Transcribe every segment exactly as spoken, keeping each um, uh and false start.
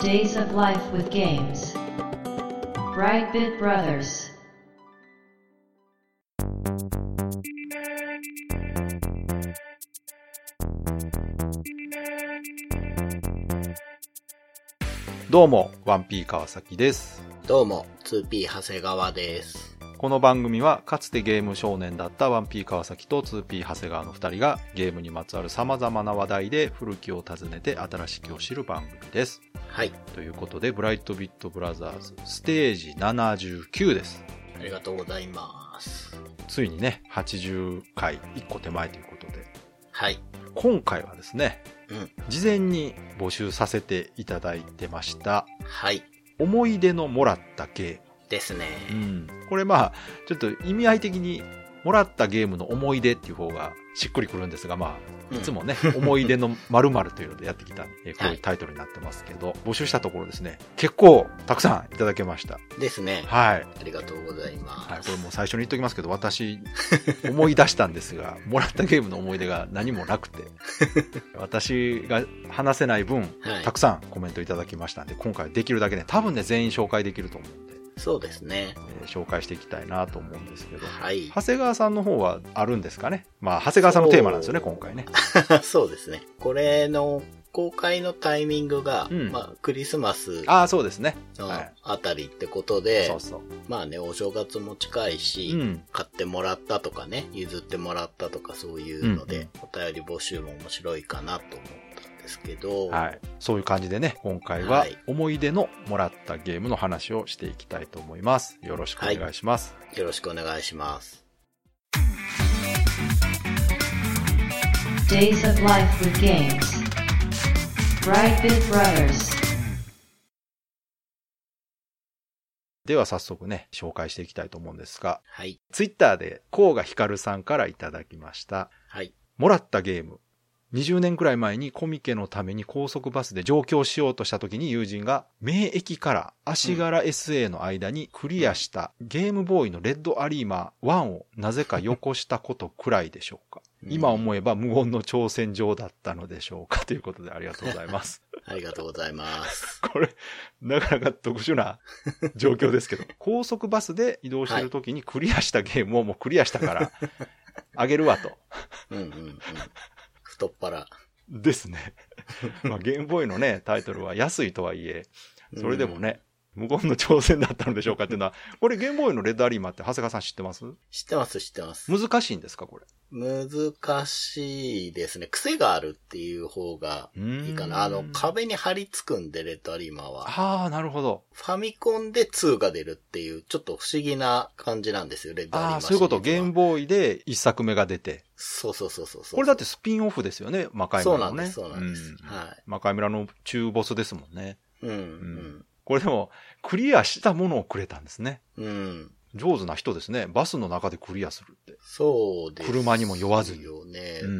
Days of Life with Games Brightbit Brothers。 どうも ワンピー 川崎です。 どうも ツーピー 長谷川です。 この番組はかつてゲーム少年だった ワンピー 川崎と ツーピー 長谷川のふたりがゲームにまつわる様々な話題で古きを訪ねて新しきを知る番組です。 はい。 ということでブライトビットブラザーズステージななじゅうきゅうです。 ありがとうございます。 ついにねはちじゅっかいいっこ手前ということで、 はい。 今回はですね、 うん、 事前に募集させていただいてましたはい思い出のもらったゲームですね。 うん、これまあちょっと意味合い的にもらったゲームの思い出っていう方がしっくりくるんですが、まあいつもね、うん、思い出の〇〇というのでやってきた、えこういうタイトルになってますけど、はい、募集したところですね結構たくさんいただけましたですね。 はい、 ありがとうございます。 はい、これもう最初に言っときますけど、私思い出したんですがもらったゲームの思い出が何もなくて私が話せない分、はい、たくさんコメントいただきましたんで、今回できるだけね多分ね全員紹介できると思うんで、 そうですね、 えー、紹介していきたいなと思うんですけど、 はい、 長谷川さんの方はあるんですかね。まあ長谷川さんのテーマなんですよね今回ねそうですね。これの公開のタイミングが、うん、まあクリスマスああそうですねのあたりってことで、はい、 そうそう、 まあねお正月も近いし、うん、買ってもらったとかね譲ってもらったとかそういうので、うん、お便り募集も面白いかなと思ったんですけど、 はい、そういう感じでね今回は思い出のもらったゲームの話をしていきたいと思います。よろしくお願いします。 はい、よろしくお願いします。 Days of Life with Games Brightbit Brothers。 では早速ね紹介していきたいと思うんですが、 はい、 ツイッターで甲賀ひかるさんからいただきました、 はい、 もらったゲーム。にじゅうねんくらい前にコミケのために高速バスで上京しようとした時に友人が名駅から足柄 エスエー の間にクリアしたゲームボーイのレッドアリーマーワンをなぜかよこしたことくらいでしょうか。今思えば無言の挑戦状だったのでしょうか、ということでありがとうございますありがとうございます。 これなかなか特殊な状況ですけど高速バスで移動してる時にクリアしたゲームをもうクリアしたからあげるわとうんうん、うん、太っ腹ですねまあゲームボーイのねタイトルは安いとはいえそれでもね、うん、無言の挑戦だったのでしょうかっていうのは、これゲームボーイのレッドアリーマーって長谷川さん知ってます？ 知ってます知ってます。 難しいんですかこれ？ 難しいですね。癖があるっていう方がいいかな。あの壁に張り付くんでレッドアリーマーは。 ああなるほど。 ファミコンでツーが出るっていうちょっと不思議な感じなんですよレッドアリーマー。 ああそういうこと。ゲームボーイで一作目が出て。 そうそうそうそう。 これだってスピンオフですよね魔界村のね。 そうなんですそうなんです。うん、はい。 魔界村の中ボスですもんね。 うん、うん、うん。 これでもクリアしたものをくれたんですね。 うん。 上手な人ですね。バスの中でクリアするって。 そうです。 車にも酔わずに。 よね。 うん。 うん、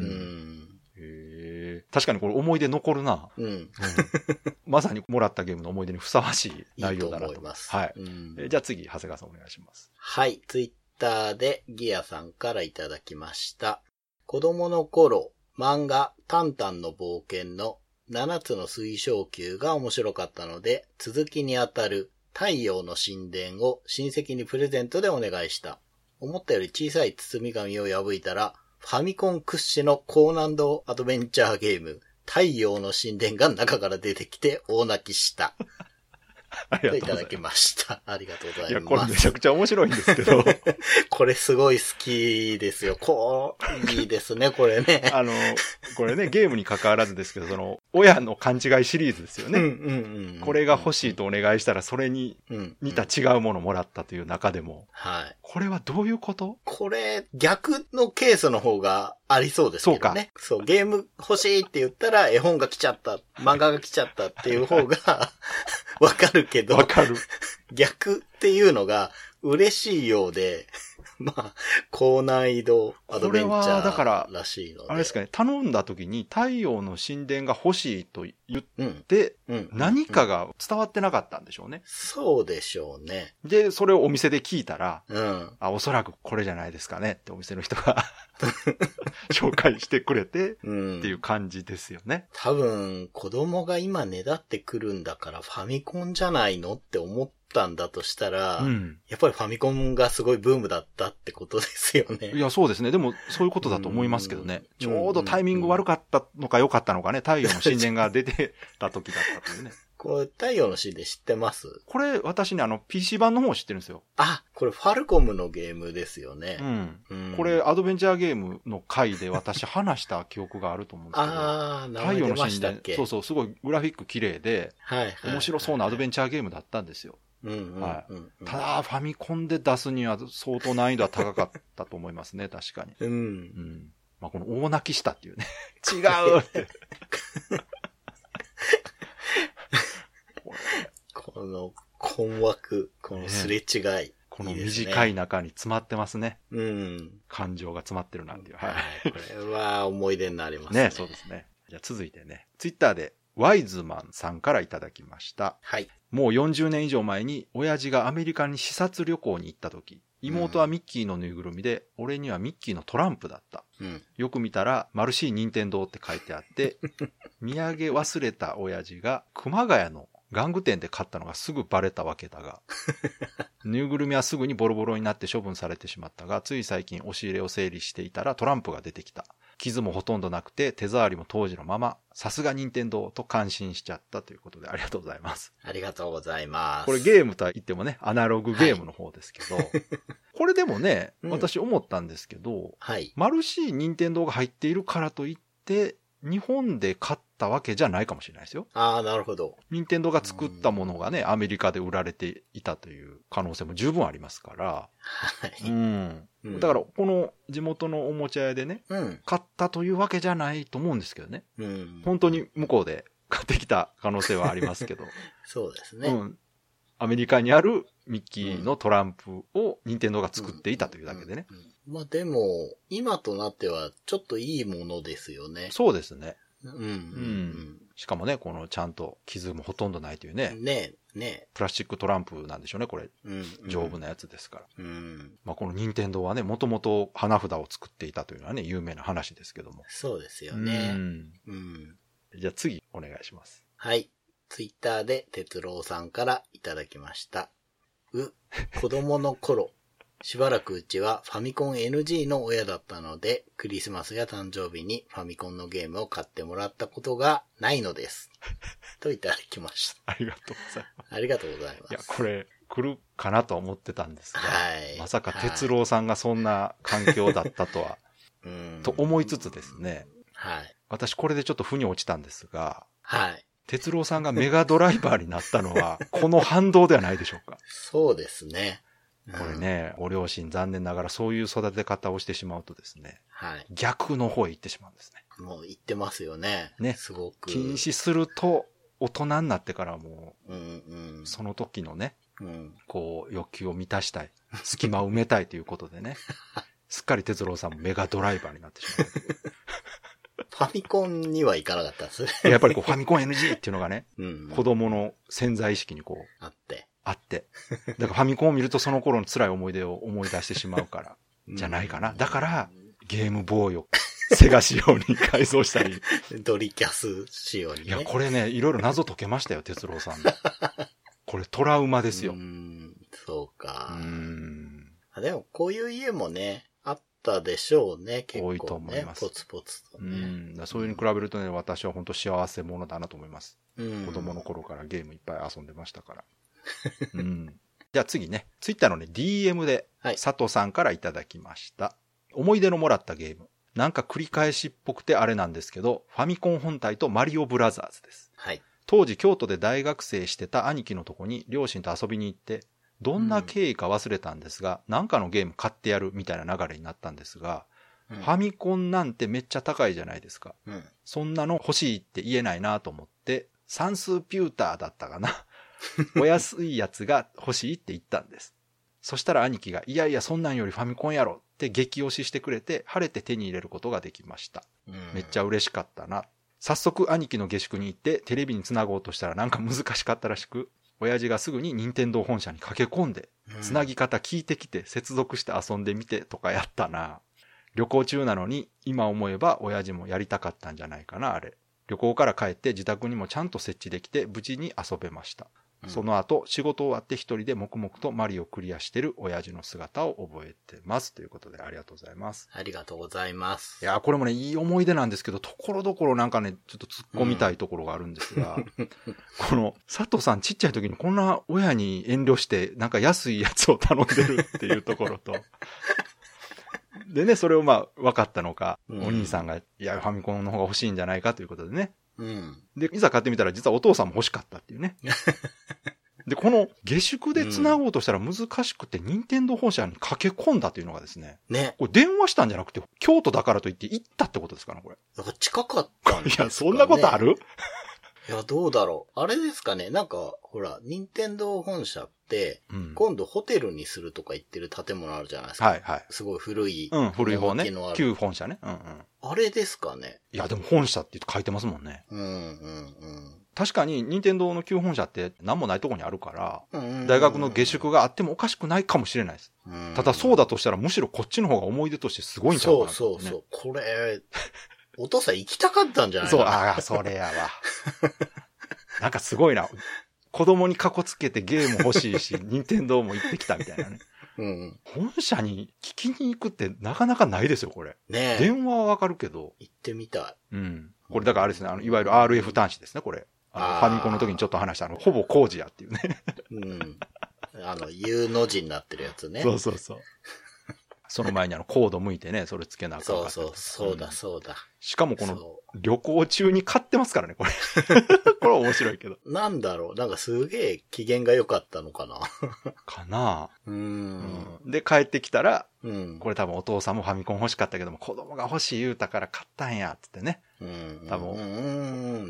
へー、確かにこれ思い出残るな。 うん。うん、 まさにもらったゲームの思い出にふさわしい内容だなと。 いいと思います。 はい。 うん、 えじゃあ次長谷川さんお願いします。 はい。ツイッターでギアさんからいただきました。子供の頃漫画タンタンの冒険のななつの水晶球が面白かったので、続きにあたる太陽の神殿を親戚にプレゼントでお願いした。思ったより小さい包み紙を破いたら、ファミコン屈指の高難度アドベンチャーゲーム、太陽の神殿が中から出てきて大泣きした。 ありがとうございます。 いただきました。ありがとうございます。いや、 これめちゃくちゃ面白いんですけど。 これすごい好きですよ。こう、いいですね、これね。 あの、これね、ゲームに関わらずですけど、その、親の勘違いシリーズですよね。 うんうんうん、 これが欲しいとお願いしたら、それに似た違うものをもらったという中でも。 はい。 これはどういうこと？ これ、逆のケースの方がありそうですけどね。そうか。そう、ゲーム欲しいって言ったら、絵本が来ちゃった、漫画が来ちゃったっていう方が、わかるけど。 わかる。 逆っていうのが嬉しいようで、 まあ、高難易度アドベンチャこれはだからーらしいので。 あれですかね、頼んだ時に太陽の神殿が欲しいと言っうん。 て、 うん。 何かが伝わってなかったんでしょうね。 そうでしょうね。 で、それをお店で聞いたら、 うん。 あ、おそらくこれじゃないですかねってお店の人が紹介してくれて、 うん。 っていう感じですよね。 多分、子供が今ねだってくるんだからファミコンじゃないのって思ったんだとしたら、 うん。 やっぱりファミコンがすごいブームだったってことですよね。 いや、そうですね。でも、そういうことだと思いますけどね。 うんちょうどタイミング悪かったのか良かったのかね、太陽の神殿が出てた時だったというね。 これ、太陽の神殿知ってます？ これ、私ね、あの、ピーシー 版の方知ってるんですよ。 あ、これファルコムのゲームですよね。 うん。 うんこれ、アドベンチャーゲームの回で私話した記憶があると思うんですけど。 あー、名太前出陽の神殿ましたっけ？ そうそう、すごいグラフィック綺麗で、 はいはいはい。 面白そうなアドベンンチャーゲームだったんですよ。 チャー。うんうんうん。 はいうんただ、ファミコンで出すには相当難易度は高かったと思いますね、確かに。 うん。 うん。まあ、この大泣きしたっていうね。違うって。 この困惑、このすれ違い。 このいいですね短い中に詰まってますね。 うん。 感情が詰まってるなっていう。ははい。これは思い出になりますい。 ね。 ね、そうですね。じゃあ続いてね、ツイッターでワイズマンさんからいただきました。 はい。 もうよんじゅうねん以上前に親父がアメリカに視察旅行に行った時、妹はミッキーのぬいぐるみで、俺にはミッキーのトランプだった。 うん。 よく見たら、マルシー任天堂って書いてあって、土産忘れた親父が熊谷の玩具店で買ったのがすぐバレたわけだが、ぬいぐるみはすぐにボロボロになって処分されてしまったが、つい最近押し入れを整理していたらトランプが出てきた。傷もほとんどなくて手触りも当時のまま、さすが任天堂と感心しちゃったということでありがとうございます。 ありがとうございます。 これゲームとは言ってもね、アナログゲームの方ですけど、これでもね、 うん私思ったんですけど、 はい。 マルシー任天堂が入っているからといって日本で買ったわけじゃないかもしれないですよ。 ああ、なるほど。 任天堂が作ったものがね、アメリカで売られていたという可能性も十分ありますから。 はい。 うん。 うんだからこの地元のおもちゃ屋でね、 うん。 買ったというわけじゃないと思うんですけどね。 うん。 本当に向こうで買ってきた可能性はありますけど。 そうですね。 うん。アメリカにあるミッキーのトランプを任天堂が作っていたというだけでね。 うんうんうんまあでも、今となってはちょっといいものですよね。 そうですね。 うんうんしかもね、このちゃんと傷もほとんどないというね、 うん。ねえ、ねプラスチックトランプなんでしょうね、これ。 え。うんうん丈夫なやつですから。 うん。 まあこの任天堂はね、もともと花札を作っていたというのはね、有名な話ですけども。 そうですようね。 んうん。 じゃあ次、お願いします。 はい。ツイッターで哲郎さんからいただきました。う、子供の頃。しばらくうちはファミコン エヌジー の親だったので、クリスマスや誕生日にファミコンのゲームを買ってもらったことがないのです。といただきました。 ありがとうございまありがとうございます。 す。いや、これ、来るかなと思ってたんですが、 はい。 まさか哲郎さんがそんな環境だったとは、 うん。 と思いつつですね、 はい。 私これでちょっと腑に落ちたんですが、 はい。 哲郎さんがメガドライバーになったのは、この反動ではないでしょうか。 そうですね。 これね、ご両親残念ながらそういう育て方をしてしまうとですね、 はい。 逆の方へ行ってしまうんですね。 もう言ってますよね。 ねすごく。 禁止すると、大人になってからもうんうんう、。その時のね、 うん。 こう、欲求を満たしたい、隙間を埋めたいということでね、すっかり哲郎さんもメガドライバーになってしまう。 ファミコンには行かなかったですね。 やっぱりこうファミコン エヌジー っていうのがね、 うん。 子供の潜在意識にこう、 あって。 あって。だからファミコンを見るとその頃の辛い思い出を思い出してしまうから、じゃないかな。だから、ゲームボーイをセガ仕様に改造したり。 ドリキャス仕様にね。 いや、これね、いろいろ謎解けましたよ、哲郎さんの。これトラウマですよ。 うーん、そうか。 うーん。 あでも、こういう家もね、あったでしょうね、結構、ね。 多いと思いますポツポツとうね。 ん。だからそういうに比べるとね、私は本当幸せ者だなと思います。 うん。 子供の頃からゲームいっぱい遊んでましたから。うん。じゃあ次ね、ツイッターのね、ディーエム で、 はい佐藤さんからいただきました。思い出のもらったゲーム。なんか繰り返しっぽくてあれなんですけど、ファミコン本体とマリオブラザーズです。 はい。 当時京都で大学生してた兄貴のとこに両親と遊びに行って、どんな経緯か忘れたんですが、なんかのゲーム買ってやるみたいな流れになったんですが、 うんファミコンなんてめっちゃ高いじゃないですか。 うん。 そんなの欲しいって言えないなと思って、算数ピューターだったかな。お安いやつが欲しいって言ったんです。 そしたら兄貴が、いやいやそんなんよりファミコンやろって激推ししてくれて、晴れて手に入れることができました。 うん、 めっちゃ嬉しかったな。早速兄貴の下宿に行ってテレビにつなごうとしたらなんか難しかったらしく、親父がすぐに任天堂本社に駆け込んで、つなぎ方聞いてきて接続して遊んでみてとかやったな。旅行中なのに今思えば親父もやりたかったんじゃないかな、あれ。旅行から帰って自宅にもちゃんと設置できて無事に遊べました。うん、その後仕事終わって一人で黙々とマリオクリアしてる親父の姿を覚えてますということで、ありがとうございます。 ありがとうございます。 いやこれもねいい思い出なんですけど、ところどころなんかねちょっと突っ込みたいところがあるんですが、うん、この佐藤さんちっちゃい時にこんな親に遠慮してなんか安いやつを頼んでるっていうところとでね、それをまあ分かったのか、うん、お兄さんがいやファミコンの方が欲しいんじゃないかということでね、うん、でいざ買ってみたら実はお父さんも欲しかったっていうねでこの下宿で繋ごうとしたら難しくて、うん、任天堂本社に駆け込んだというのがですね、ね、これ電話したんじゃなくて京都だからといって行ったってことですかね、これ。 だから近かったんですかね。 いやそんなことあるいやどうだろう、あれですかね、なんかほら任天堂本社って、うん、今度ホテルにするとか言ってる建物あるじゃないですか。はいはい。すごい古い。 うん、古い方ね。旧本社ね。うんうん。 あれですかね。 いや、でも本社って書いてますもんね。うんうんうん。確かに、任天堂の旧本社って何もないとこにあるから、うんうんうん、大学の下宿があってもおかしくないかもしれないです。うんうん、ただそうだとしたらむしろこっちの方が思い出としてすごいんちゃうかな、ね。 そうそうそう。これ、お父さん行きたかったんじゃないかな。 そう、ああ、それやわ。なんかすごいな。子供にかこつけてゲーム欲しいし、任天堂も行ってきたみたいなね。うん、本社に聞きに行くってなかなかないですよ、これ。ねえ。電話はわかるけど。 行ってみたい。 うん。これだからあれですね、あの、いわゆる アールエフ 端子ですね、これ。あのファミコンの時にちょっと話したあの、ほぼ工事やっていうね。 うん。あの、U の字になってるやつね。 そうそうそう。その前にあのコード向いてね、それつけなあかんかった。 そうそう、そうだそうだ。 しかもこの旅行中に買ってますからね、これ。これ面白いけど。 なんだろう、なんかすげえ機嫌が良かったのかな。 かなぁ。うーん。で、帰ってきたら、うん、これ多分お父さんもファミコン欲しかったけども、子供が欲しい言うたから買ったんや、つってね。うん。多分、うん、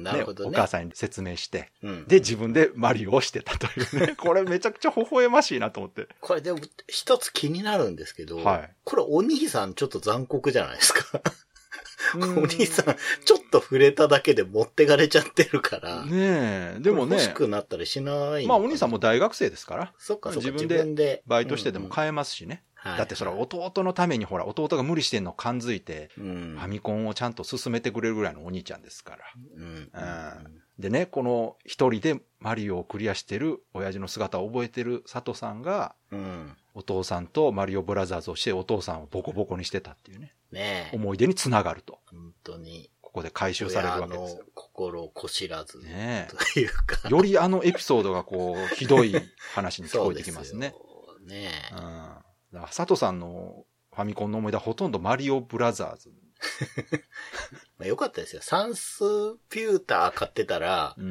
なるほどね。お母さんに説明して、うん、で、自分でマリオをしてたというね。これめちゃくちゃ微笑ましいなと思って。 これでも、一つ気になるんですけど、はい。これお兄さんちょっと残酷じゃないですか。お兄さん、ちょっと触れただけで持ってかれちゃってるから。 ねえ、でもね。 欲しくなったりしない。 まあお兄さんも大学生ですから。 そっかそっか。 自分でバイトしてでも買えますしね。うんうん、だってそれは弟のためにほら、弟が無理してんの感づいて、うん、ファミコンをちゃんと進めてくれるぐらいのお兄ちゃんですから。うんうんうん、でね、この一人でマリオをクリアしてる親父の姿を覚えてる佐藤さんが、うん、お父さんとマリオブラザーズをしてお父さんをボコボコにしてたっていうね。ねえ。思い出につながると。 本当に。 ここで回収されるわけですよ。 心をこしらず。ねえ。というか。 よりあのエピソードがこう、ひどい話に聞こえてきますね。 そうねえ。うん。 だから佐藤さんのファミコンの思い出はほとんどマリオブラザーズ。 まあよかったですよ。サンスピューター買ってたら、うん、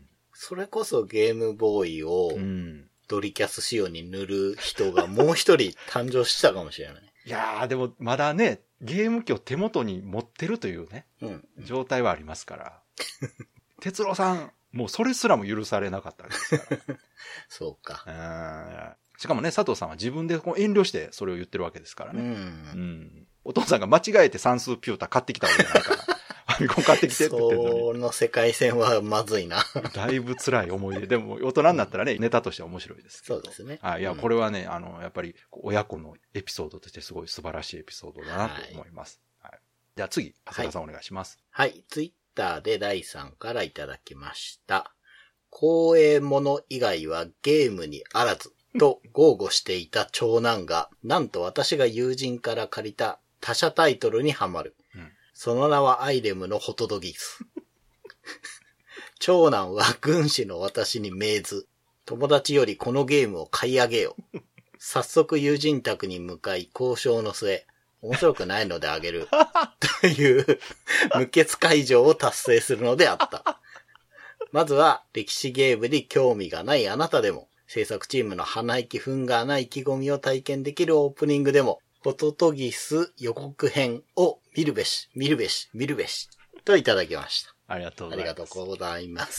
それこそゲームボーイをドリキャス仕様に塗る人がもう一人誕生したかもしれない。 いやーでもまだね、ゲーム機を手元に持ってるというね、うん、状態はありますから。哲郎さん、もうそれすらも許されなかったわけですから。 そうか。 しかもね、佐藤さんは自分でこう遠慮してそれを言ってるわけですからね。うんうん、お父さんが間違えて算数ピューター買ってきたわけじゃないから。ファミコン買ってきてって言ってるのに。 その世界線はまずいな。 だいぶ辛い思い出。でも大人になったらね、ネタとしては面白いですけど。 そうですね。 あいや、うん、これはね、あの、やっぱり親子のエピソードとしてすごい素晴らしいエピソードだなと思います。はいはい、じゃあ次、長谷川さんお願いします。 はい。はい、ツイッターでだいさんからいただきました。公営もの以外はゲームにあらず。と豪語していた長男が、なんと私が友人から借りた他社タイトルにハマる。うん、その名はアイレムのホトドギス。長男は軍師の私に命ず。友達よりこのゲームを買い上げよう。早速友人宅に向かい交渉の末、面白くないのであげる。という無血解除を達成するのであった。まずは歴史ゲームに興味がないあなたでも、制作チームの鼻息憤がない意気込みを体験できるオープニングでも、ホトトギス予告編を見るべし、見るべし、見るべし、といただきました。 ありがとうございます。 ありがとうございます。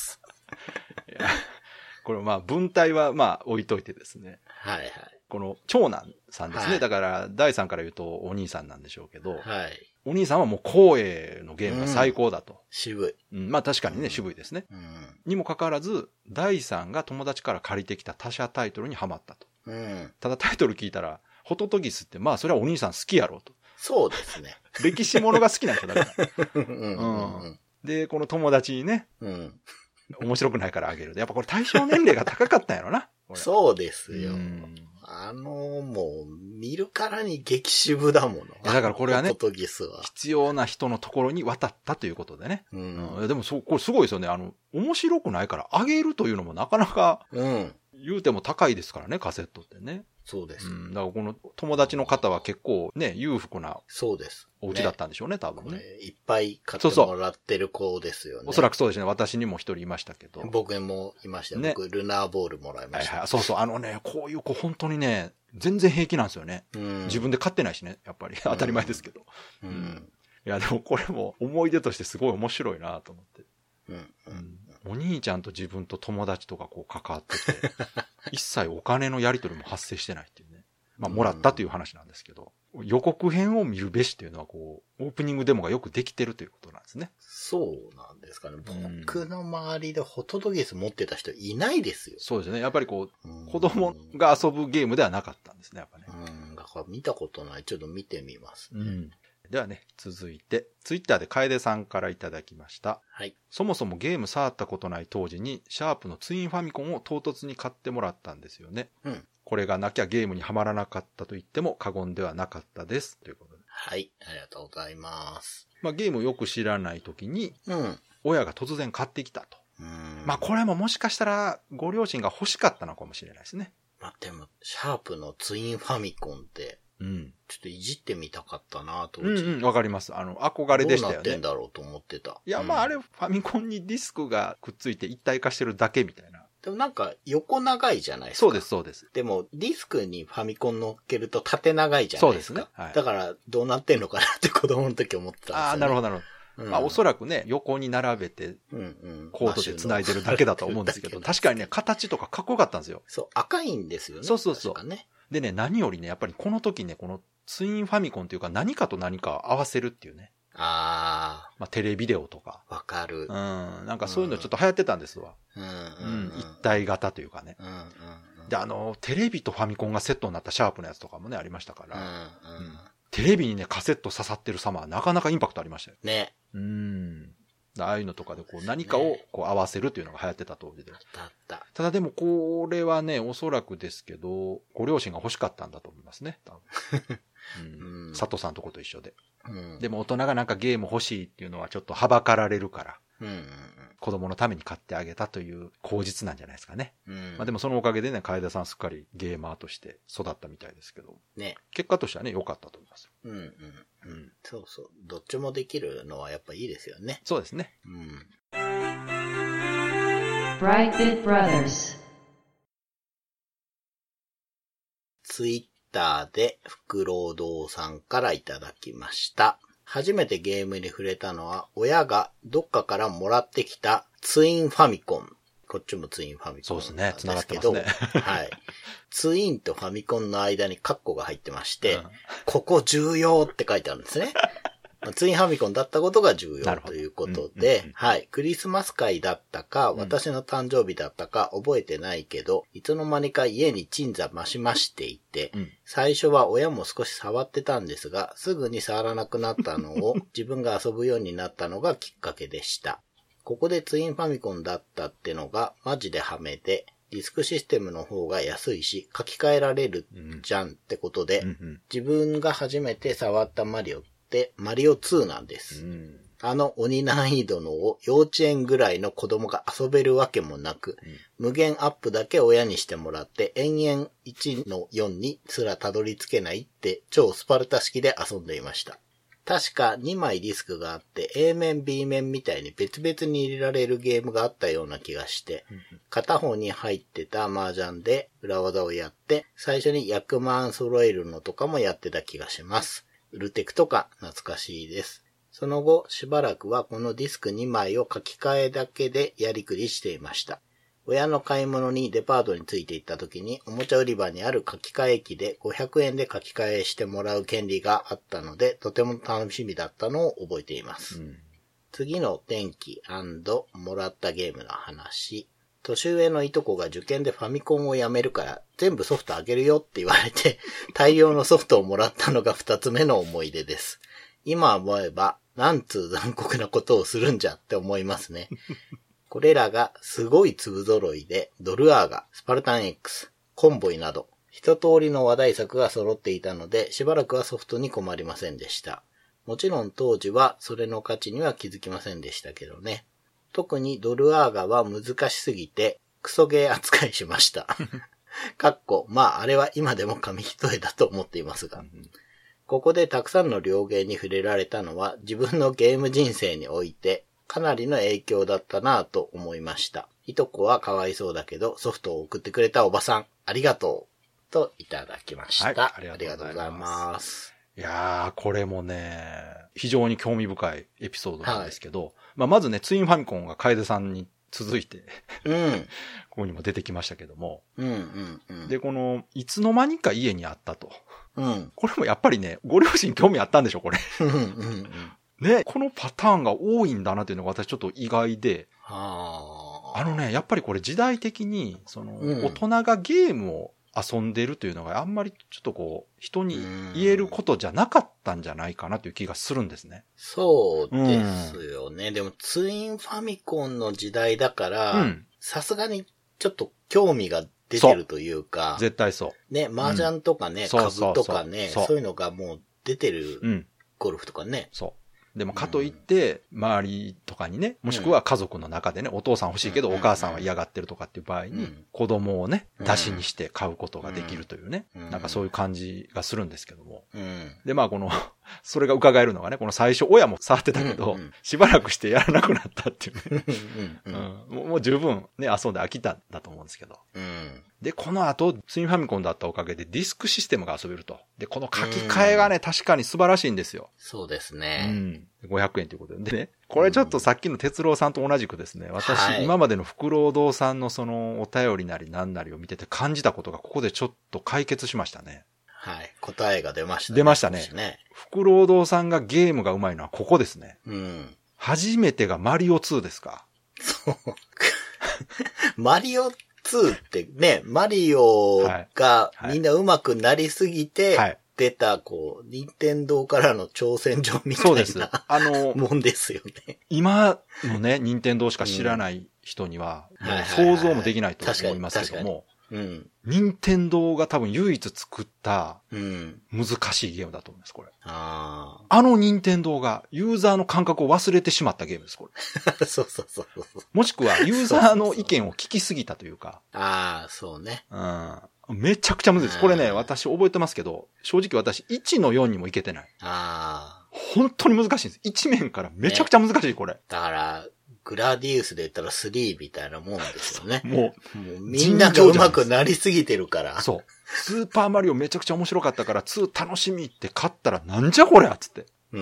いやこれまあ文体はまあ置いといてですね。 はいはい。 ここの長男さんですね。 はい、 だから、大さんから言うとお兄さんなんでしょうけど、 はい。 お兄さんはもう光栄のゲームが最高だと。うん、 渋い。 うん。まあ確かにね、渋いですね。うん、にもかかわらず、大さんが友達から借りてきた他社タイトルにハマったと。うん、ただタイトル聞いたら、ホトトギスって、まあそれはお兄さん好きやろうと。 そうですね。 歴史ものが好きなんですよ、だから。うん、で、この友達にね、うん、面白くないからあげる。やっぱこれ対象年齢が高かったんやろな。 そうですよ。うん、あの、もう、見るからに激渋だもの。 だからこれはね、 ホトトギスは必要な人のところに渡ったということでね。うんうん、でもそ、これすごいですよね。あの、面白くないからあげるというのもなかなか、うん、言うても高いですからね、カセットってね。 そうです。うん、 だからこの友達の方は結構ね、裕福な。 そうです。 お家だったんでしょうね、多分ね。 いっぱい買ってもらってる子ですよね。そうそう、 おそらくそうですね。私にも一人いましたけど。 僕もいましたよ。ね、僕、ルナーボールもらいました。 はいはい。そうそう。あのね、こういう子本当にね、全然平気なんですよね。うん、自分で買ってないしね、やっぱり。当たり前ですけど。うん。うん、いや、でもこれも思い出としてすごい面白いなと思って。うん。うん、お兄ちゃんと自分と友達とかこう関わってて、一切お金のやり取りも発生してないっていうね。まあ、もらったという話なんですけど、うん、予告編を見るべしっていうのはこう、オープニングデモがよくできてるということなんですね。 そうなんですかね。僕の周りでホトトギス持ってた人いないですよ。 そうですね。やっぱりこう、うん、子供が遊ぶゲームではなかったんですね、やっぱね。 うん、だから見たことない。ちょっと見てみますね。うん、 ではね、続いて、ツイッターで楓さんからいただきました。はい。そもそもゲーム触ったことない当時に、シャープのツインファミコンを唐突に買ってもらったんですよね。うん。これがなきゃゲームにはまらなかったと言っても過言ではなかったです。ということで。 はい。ありがとうございます。 まあゲームをよく知らない時に、うん。親が突然買ってきたと。うん。まあこれももしかしたらご両親が欲しかったのかもしれないですね。 まあでも、シャープのツインファミコンって、うん。ちょっといじってみたかったなと。 うんうん、わかります。あの、憧れでしたよね。 どうなってんだろうと思ってた。 いや、まああれ、ファミコンにディスクがくっついて一体化してるだけみたいな。 でもなんか横長いじゃないですか。 そうです、そうです。 でもディスクにファミコン乗っけると縦長いじゃないですか。そうですね。はい、だからどうなってんのかなって子供の時思ってたんですよ、ね。ああ、 なるほど、なるほど。うん、まあおそらくね、横に並べて、コードで繋いでるだけだと思うんですけど、確かにね、形とかかっこよかったんですよ。 そう、赤いんですよね。 そうそうそう。ね、でね、何よりね、やっぱりこの時ね、このツインファミコンというか何かと何かを合わせるっていうね。ああ。まあ、テレビデオとか。 わかる。 うん。なんかそういうのちょっと流行ってたんですわ。うん。うん。一体型というかね。うん。で、あの、テレビとファミコンがセットになったシャープのやつとかもね、ありましたから。うん。うん。テレビにね、カセット刺さってる様はなかなかインパクトありましたよ。ね。うん。ああいうのとかでこう何かをこう合わせるっていうのが流行ってた当時で。だった。ただでもこれはね、おそらくですけど、ご両親が欲しかったんだと思いますね。多分うん、佐藤さんとこと一緒で、うん。でも大人がなんかゲーム欲しいっていうのはちょっとはばかられるから、うんうんうん、子供のために買ってあげたという口実なんじゃないですかね。うん、まあでもそのおかげでね、楓さんすっかりゲーマーとして育ったみたいですけど、ね、結果としてはね、良かったと思います。うんうんうん。そうそう。どっちもできるのはやっぱいいですよね。 そうですね。うん。 Brightbit Brothers ツイッターでフクロウ堂さんからいただきました。初めてゲームに触れたのは親がどっかからもらってきたツインファミコン。こっちもツインファミコンなんですけど。そうですね。繋がってますね。はい。ツインとファミコンの間にカッコが入ってまして、うん、ここ重要って書いてあるんですね。ツインファミコンだったことが重要ということで、うんうんうん、はい。クリスマス会だったか、私の誕生日だったか覚えてないけど、いつの間にか家に鎮座増しましていて、うん、最初は親も少し触ってたんですが、すぐに触らなくなったのを自分が遊ぶようになったのがきっかけでした。ここでツインファミコンだったってのがマジでハメで、ディスクシステムの方が安いし、書き換えられるじゃんってことで、うんうんうん、自分が初めて触ったマリオってマリオツーなんです。うん、あの鬼難易度のを幼稚園ぐらいの子供が遊べるわけもなく、うん、無限アップだけ親にしてもらって延々いちのよんにすらたどり着けないって超スパルタ式で遊んでいました。確かにまいディスクがあって A 面 B 面みたいに別々に入れられるゲームがあったような気がして、片方に入ってた麻雀で裏技をやって、最初に役満揃えるのとかもやってた気がします。ウルテクとか懐かしいです。その後しばらくはこのディスクにまいを書き換えだけでやりくりしていました。 親の買い物にデパートについて行った時に、おもちゃ売り場にある書き換え機でごひゃくえんで書き換えしてもらう権利があったので、とても楽しみだったのを覚えています。うん、次の転機&もらったゲームの話。年上のいとこが受験でファミコンをやめるから全部ソフトあげるよって言われて大量のソフトをもらったのが二つ目の思い出です。今思えばなんつう残酷なことをするんじゃって思いますね。これらがすごい粒揃いでドルアーガ、スパルタン X、コンボイなど一通りの話題作が揃っていたのでしばらくはソフトに困りませんでした。もちろん当時はそれの価値には気づきませんでしたけどね。特にドルアーガは難しすぎてクソゲー扱いしました。かっこ、まああれは今でも紙一重だと思っていますが。ここでたくさんの両ゲーに触れられたのは自分のゲーム人生においてかなりの影響だったなぁと思いました。いとこはかわいそうだけどソフトを送ってくれたおばさんありがとうといただきました。はい、ありがとうございます。 いやー、これもね、非常に興味深いエピソードなんですけど、はい、まあ、まずね、ツインファミコンが楓さんに続いて、うん、ここにも出てきましたけども、うんうんうん、で、この、いつの間にか家にあったと。うん、これもやっぱりね、ご両親興味あったんでしょ、これ。うんうんうん、ね、このパターンが多いんだなっていうのが私ちょっと意外で、あ, あのね、やっぱりこれ時代的に、その、うん、大人がゲームを遊んでるというのがあんまりちょっとこう、人に言えることじゃなかったんじゃないかなという気がするんですね。 そうですよね。うん、でもツインファミコンの時代だから、さすがにちょっと興味が出てるというか。 絶対そう。 ね、麻雀とかね、うん、株とかねそうそうそう、そういうのがもう出てる、うん、ゴルフとかね。 そう。でもかといって、周りとかにね、もしくは家族の中でね、お父さん欲しいけどお母さんは嫌がってるとかっていう場合に、子供をね、出しにして買うことができるというね、なんかそういう感じがするんですけども。で、まあこの、それが伺えるのがね、この最初親も触ってたけど、しばらくしてやらなくなったっていうね。うん、もう十分ね、遊んで飽きたんだと思うんですけど。で、この後、ツインファミコンだったおかげでディスクシステムが遊べると。で、この書き換えがね、確かに素晴らしいんですよ。 そうですね。 うん。ごひゃくえんということで。でね、これちょっとさっきの哲郎さんと同じくですね、私、はい、今までのフクロウ堂さんのそのお便りなり何なりを見てて感じたことがここでちょっと解決しましたね。 はい。答えが出ましたね。 出ましたね。ね、フクロウ堂さんがゲームが上手いのはここですね。うん。初めてがマリオツーですか。 そう。マリオツーってね、マリオがみんな上手くなりすぎて、はいはい、出た、こう、任天堂からの挑戦状みたいな、そうです。あの、もんですよね。 今のね、任天堂しか知らない人には、うん、もう想像もできないと思いますけども、うん、任天堂が多分唯一作った難しいゲームだと思います、これ。あ, あの任天堂がユーザーの感覚を忘れてしまったゲームです、これ。そうそうそうそう。 もしくはユーザーの意見を聞きすぎたというか。 ああ、そうね。 うん。めちゃくちゃむずいです。これね、私覚えてますけど、正直私いちのよんにもいけてない。ああ。本当に難しいんです。いち面からめちゃくちゃ難しい、ね、これ。 だから、グラディウスで言ったらスリーみたいなもんですよね。 もう、 もうみんなが上手くなりすぎてるから。 そう。スーパーマリオめちゃくちゃ面白かったからツー楽しみって買ったらなんじゃこれつって。 うん。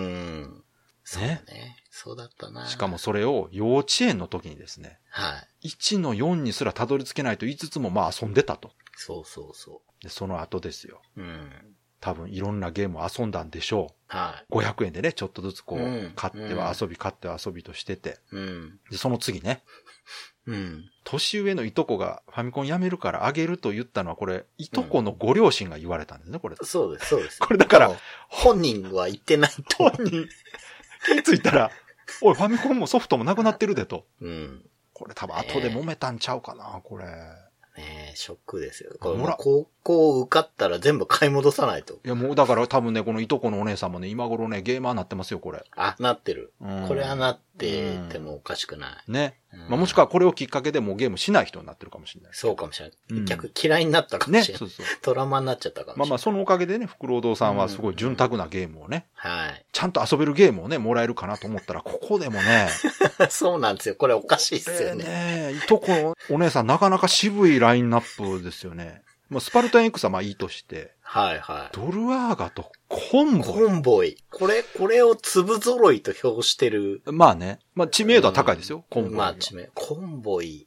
そうね。ねそうだったな。 しかもそれを幼稚園の時にですね。はい。いちのよんにすらたどり着けないと言いつつもまあ遊んでたと。 そうそうそう。 で、その後ですよ。うん。多分いろんなゲームを遊んだんでしょう。はい。ごひゃくえんでね、ちょっとずつこう、うん、買っては遊び、買っては遊びとしてて。うん。で、その次ね。うん。年上のいとこがファミコンやめるからあげると言ったのはこれ、いとこのご両親が言われたんですね、これ。 そうです、そうです。 これだから、 本人は言ってないと。 本人、気づいたら、おい、ファミコンもソフトもなくなってるでと。うん。これ多分後で揉めたんちゃうかな、これ。 ねえ、ショックですよ。これ高校受かったら全部買い戻さないと。 いやもうだから多分ね、このいとこのお姉さんもね、今頃ね、ゲーマーになってますよ、これ。 あ、なってる。うん、これはなっててもおかしくない。 ね。うん、まあ、もしくはこれをきっかけでもうゲームしない人になってるかもしれない。 そうかもしれない。うん、逆嫌いになったかもしれない。ね、そうそう。トラウマになっちゃったかもしれない。 まあまあ、そのおかげでね、フクロウ堂さんはすごい潤沢なゲームをね。うん、はい。ちゃんと遊べるゲームをね、もらえるかなと思ったら、ここでもね。 そうなんですよ。これおかしいっすよね。 ねいとこのお姉さんなかなか渋いラインナップですよね。まあ、スパルタン X はまあいいとして。 はいはい。 ドルアーガとコンボイ。 コンボイ。これ、これを粒揃いと評してる。 まあね。まあ知名度は高いですよ、うん、 コンボイ。まあ知名。コンボイ。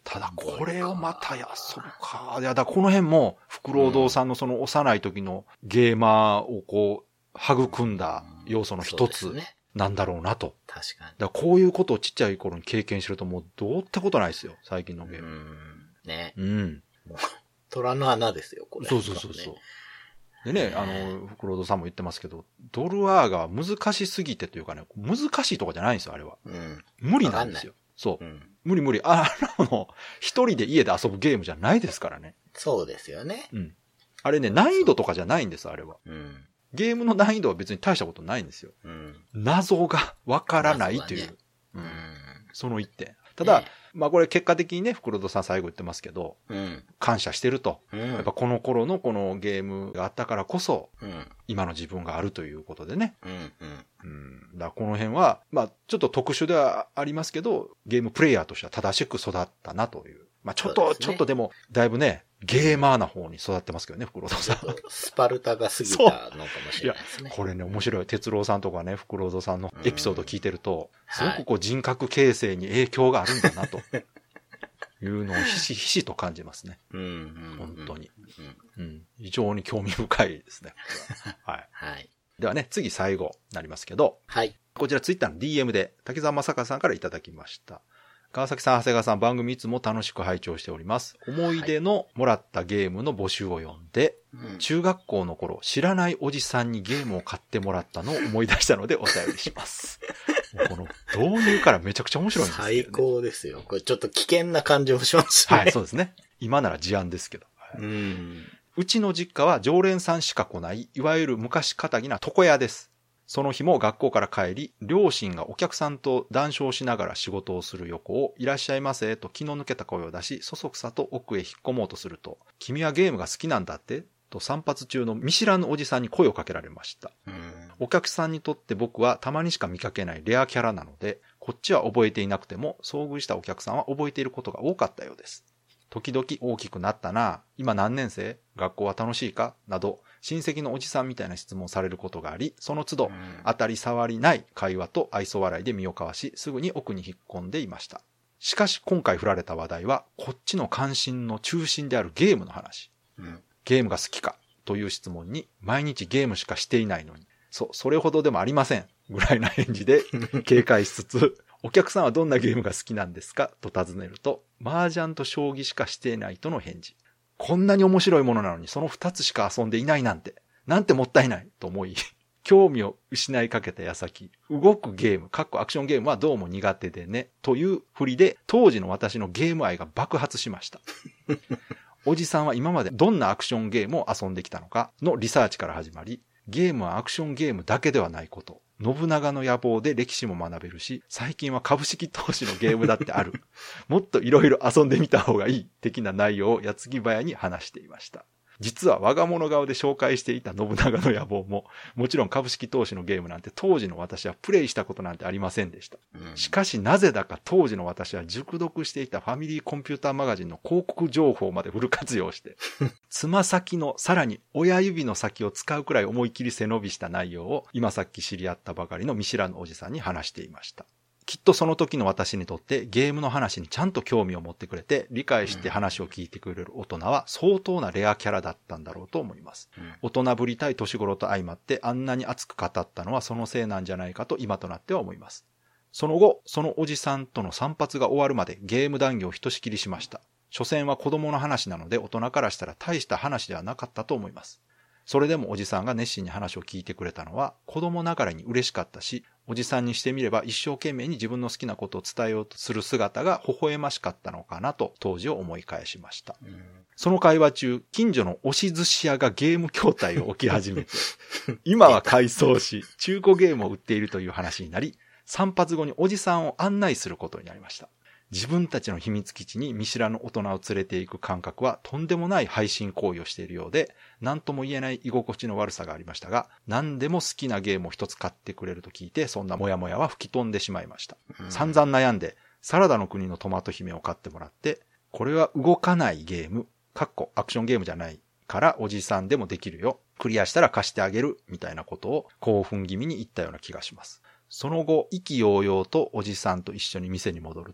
ただこれをまた遊ぶか。いや、だからこの辺も、フクロウ堂さんのその幼い時のゲーマーをこう、育んだ要素の一つなんだろうなと。 確かに。 だからこういうことをちっちゃい頃に経験してるともうどうってことないですよ、最近のゲーム。 うん。ね。 うん。 虎の穴ですよ、これ。 そうそうそうそう。でね、あの、フクロウ堂さんも言ってますけど、ドルアーガは難しすぎてというかね、難しいとかじゃないんですよ、あれは。 うん。 無理なんですよ。そう、うん。無理無理。あの、一人で家で遊ぶゲームじゃないですからね。 そうですよね。 うん。あれね、難易度とかじゃないんです、あれは。 うん。 ゲームの難易度は別に大したことないんですよ。 うん。 謎がわからないという、ね。うん。その一点。ただ、ね、まあこれ結果的にね、フクロウ堂さん最後言ってますけど、うん、感謝してると、うん。やっぱこの頃のこのゲームがあったからこそ、うん、今の自分があるということでね。うんうんうん、だからこの辺は、まあちょっと特殊ではありますけど、ゲームプレイヤーとしては正しく育ったなという。まあちょっと、ね、ちょっとでも、だいぶね、ゲーマーな方に育ってますけどね、フクロウ堂さん。 スパルタが過ぎたのかもしれないですね。 いや、これね、面白い。哲郎さんとかね、フクロウ堂さんのエピソード聞いてると、すごくこう人格形成に影響があるんだなと。いうのをひしひしと感じますね。うんうんうん、本当に、うんうん。非常に興味深いですね。はい。はい。ではね、次最後になりますけど、はい。こちらツイッターの ディーエム で滝沢正和さんからいただきました。川崎さん、長谷川さん、番組いつも楽しく拝聴しております。思い出のもらったゲームの募集を読んで、はい、中学校の頃、知らないおじさんにゲームを買ってもらったのを思い出したのでお便りします。この導入からめちゃくちゃ面白いんですよ、ね。 最高ですよ。これちょっと危険な感じもしますね。 はい、そうですね。今なら事案ですけど。はい、うんうちの実家は常連さんしか来ない、いわゆる昔かたぎな床屋です。その日も学校から帰り、両親がお客さんと談笑しながら仕事をする横を、いらっしゃいませと気の抜けた声を出し、そそくさと奥へ引っ込もうとすると、君はゲームが好きなんだってと散髪中の見知らぬおじさんに声をかけられました。お客さんにとって僕はたまにしか見かけないレアキャラなので、こっちは覚えていなくても、遭遇したお客さんは覚えていることが多かったようです。時々大きくなったな、今何年生、学校は楽しいかなど、親戚のおじさんみたいな質問をされることがあり、その都度、当たり障りない会話と愛想笑いで身を交わし、すぐに奥に引っ込んでいました。しかし今回振られた話題は、こっちの関心の中心であるゲームの話。うん、ゲームが好きかという質問に、毎日ゲームしかしていないのに、そ、それほどでもありません。ぐらいな返事で警戒しつつ、お客さんはどんなゲームが好きなんですかと尋ねると、麻雀と将棋しかしていないとの返事。こんなに面白いものなのにその二つしか遊んでいないなんて、なんてもったいないと思い、興味を失いかけた矢先、動くゲーム、かっこアクションゲームはどうも苦手でね、という振りで当時の私のゲーム愛が爆発しました。おじさんは今までどんなアクションゲームを遊んできたのかのリサーチから始まり、ゲームはアクションゲームだけではないこと。信長の野望で歴史も学べるし、最近は株式投資のゲームだってある。もっといろいろ遊んでみた方がいい的な内容を矢継ぎ早に話していました。実は我が物顔で紹介していた信長の野望も、もちろん株式投資のゲームなんて当時の私はプレイしたことなんてありませんでした。うん、しかしなぜだか当時の私は熟読していたファミリーコンピューターマガジンの広告情報までフル活用して、つま先のさらに親指の先を使うくらい思い切り背伸びした内容を今さっき知り合ったばかりの見知らぬおじさんに話していました。きっとその時の私にとってゲームの話にちゃんと興味を持ってくれて理解して話を聞いてくれる大人は相当なレアキャラだったんだろうと思います。うん、大人ぶりたい年頃と相まってあんなに熱く語ったのはそのせいなんじゃないかと今となっては思います。その後、そのおじさんとの散髪が終わるまでゲーム談義をひとしきりしました。所詮は子供の話なので大人からしたら大した話ではなかったと思います。それでもおじさんが熱心に話を聞いてくれたのは子供ながらに嬉しかったし、おじさんにしてみれば一生懸命に自分の好きなことを伝えようとする姿が微笑ましかったのかなと当時を思い返しました。うん、その会話中、近所の押し寿司屋がゲーム筐体を置き始めて、今は改装し、中古ゲームを売っているという話になり、散髪後におじさんを案内することになりました。自分たちの秘密基地に見知らぬ大人を連れて行く感覚はとんでもない配信行為をしているようで、何とも言えない居心地の悪さがありましたが、何でも好きなゲームを一つ買ってくれると聞いて、そんなモヤモヤは吹き飛んでしまいました。散々悩んで、サラダの国のトマト姫を買ってもらって、これは動かないゲーム、かっこアクションゲームじゃないからおじさんでもできるよ。クリアしたら貸してあげる、みたいなことを興奮気味に言ったような気がします。その後、意気揚々とおじさんと一緒に店に戻ると、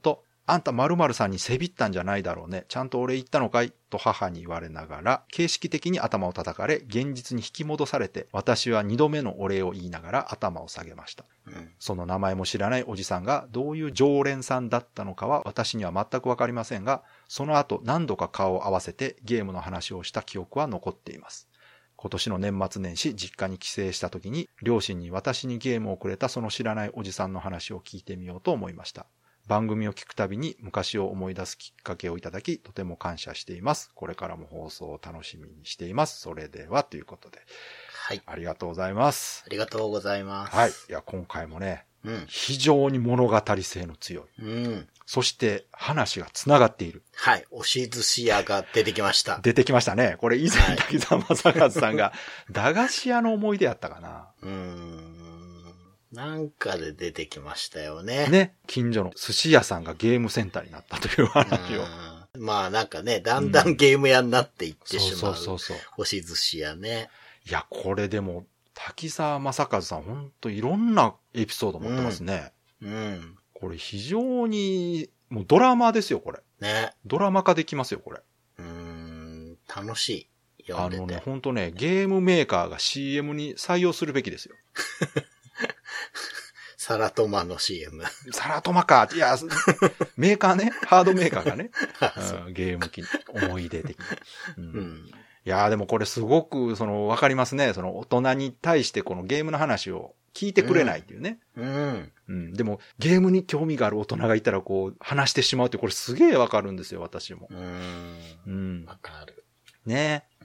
あんた〇〇さんにせびったんじゃないだろうね。ちゃんと俺言ったのかいと母に言われながら、形式的に頭を叩かれ、現実に引き戻されて、私は二度目のお礼を言いながら頭を下げました。うん、その名前も知らないおじさんがどういう常連さんだったのかは私には全くわかりませんが、その後何度か顔を合わせてゲームの話をした記憶は残っています。今年の年末年始、実家に帰省した時に、両親に私にゲームをくれたその知らないおじさんの話を聞いてみようと思いました。番組を聞くたびに昔を思い出すきっかけをいただき、とても感謝しています。これからも放送を楽しみにしています。それでは、ということで。 はい。 ありがとうございます。 ありがとうございます。 はい。いや、今回もね、 うん、 非常に物語性の強い。 うん、 そして、話が繋がっている。 はい。押し寿司屋が出てきました。 出てきましたね。これ以前、滝沢正和さんが、駄菓子屋の思い出やったかな。 うーん。なんかで出てきましたよね。 ね。近所の寿司屋さんがゲームセンターになったという話を。 まあなんかね、だんだんゲーム屋になっていってしまう。 そうそうそうそう。 押し寿司屋ね。 いや、これでも、滝沢正和さんほんといろんなエピソード持ってますね。 うん。うん、 これ非常に、もうドラマですよ、これ。 ね。 ドラマ化できますよ、これ。 うーん、楽しい。読んでて。 あのね、ほんとね、ゲームメーカーが シーエム に採用するべきですよ。 サラトマの シーエム。 サラトマか。いや、メーカーね、ハードメーカーがね、うん、ゲーム機、思い出的に。うんうん、いや、でもこれすごく、その、わかりますね。その、大人に対してこのゲームの話を聞いてくれないっていうね。 うん。うん。 うん、でも、ゲームに興味がある大人がいたら、こう、話してしまうって、これすげえわかるんですよ、私も。 うん。 うん。 わかる。 ね。 うん。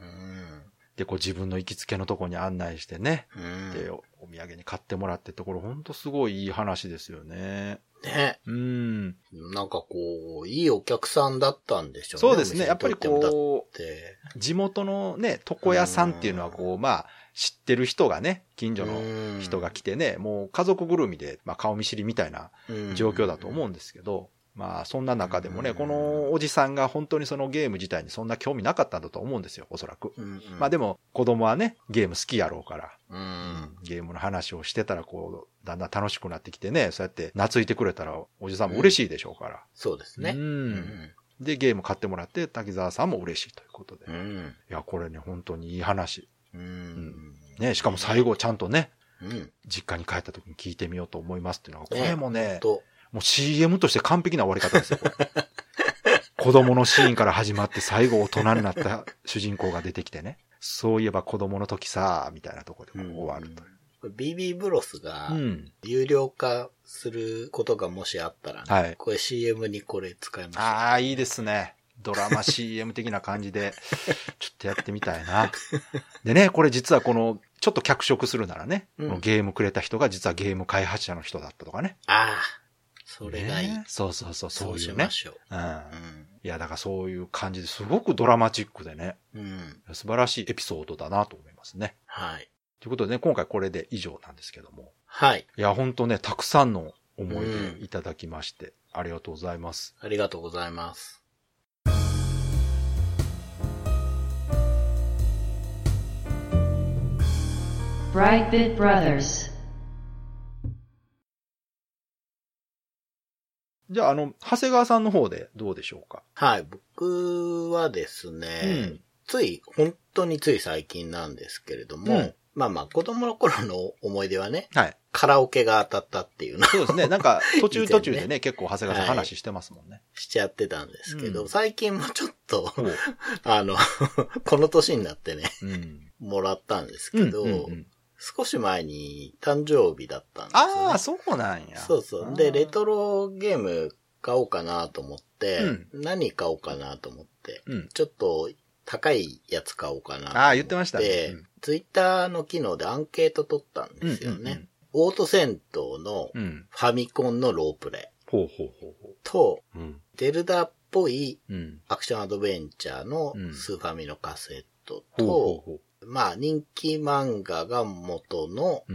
で、こう自分の行きつけのとこに案内してね。 うん。 で、お土産に買ってもらってってこれほんとすごいいい話ですよね。 ね。 うん。 なんかこう、いいお客さんだったんでしょうね。 そうですね。やっぱりこう、 地元のね、床屋さんっていうのはこう、まあ、知ってる人がね、近所の人が来てね、もう家族ぐるみで、まあ顔見知りみたいな状況だと思うんですけど、まあそんな中でもね、このおじさんが本当にそのゲーム自体にそんな興味なかったんだと思うんですよ、おそらく。 うんうん、 まあでも子供はね、ゲーム好きやろうから、 うん、 ゲームの話をしてたらこう、だんだん楽しくなってきてね、そうやって懐いてくれたらおじさんも嬉しいでしょうから。うん、 そうですね、 うんうん。で、ゲーム買ってもらって滝沢さんも嬉しいということで。 うん、 いや、これね、本当にいい話。 うんうん、 ね、しかも最後ちゃんとね、 うん、 実家に帰った時に聞いてみようと思いますっていうのが、これもね、 ねもう シーエム として完璧な終わり方ですよ、これ。子供のシーンから始まって最後大人になった主人公が出てきてね。そういえば子供の時さ、みたいなところで終わるという。 うん、ビービー ブロスが有料化することがもしあったら、ね、 はい、 これ シーエム にこれ使いましょう。 ああ、いいですね。ドラマ シーエム 的な感じで、ちょっとやってみたいな。でね、これ実はこの、ちょっと脚色するならね、うん、このゲームくれた人が実はゲーム開発者の人だったとかね。 ああ。それがいい、ね。 そうそうそう、そういうね。 そうしましょう。 うん。うん、いや、だからそういう感じですごくドラマチックでね。 うん。 素晴らしいエピソードだなと思いますね。 はい。 ということでね、今回これで以上なんですけども。 はい。 いや、ほんとね、たくさんの思い出いただきまして、うん、ありがとうございます。 ありがとうございます。 Brightbit Brothers。 じゃあ、あの、長谷川さんの方でどうでしょうか？ はい。僕はですね、うん、つい、本当につい最近なんですけれども、うん、まあまあ、子供の頃の思い出はね、はい、カラオケが当たったっていうの。 そうですね。なんか、途中途中でね、ね結構長谷川さん話してますもんね。はい、 しちゃってたんですけど、うん、最近もちょっと、あの、この年になってね、うん、もらったんですけど、うんうんうん、少し前に誕生日だったんですよ、ね。 ああ、そうなんや。 そうそう。で、レトロゲーム買おうかなと思って、うん、何買おうかなと思って、うん、ちょっと高いやつ買おうかなと思って。 ああ、言ってましたね。うん、 ツイッターの機能でアンケート取ったんですよね。うんうんうん、オート銭湯のファミコンのロープレイ。 ほうほうほうほうと、うん、ゼルダっぽいアクションアドベンチャーのスーファミのカセットと、うんほうほうほうまあ人気漫画が元の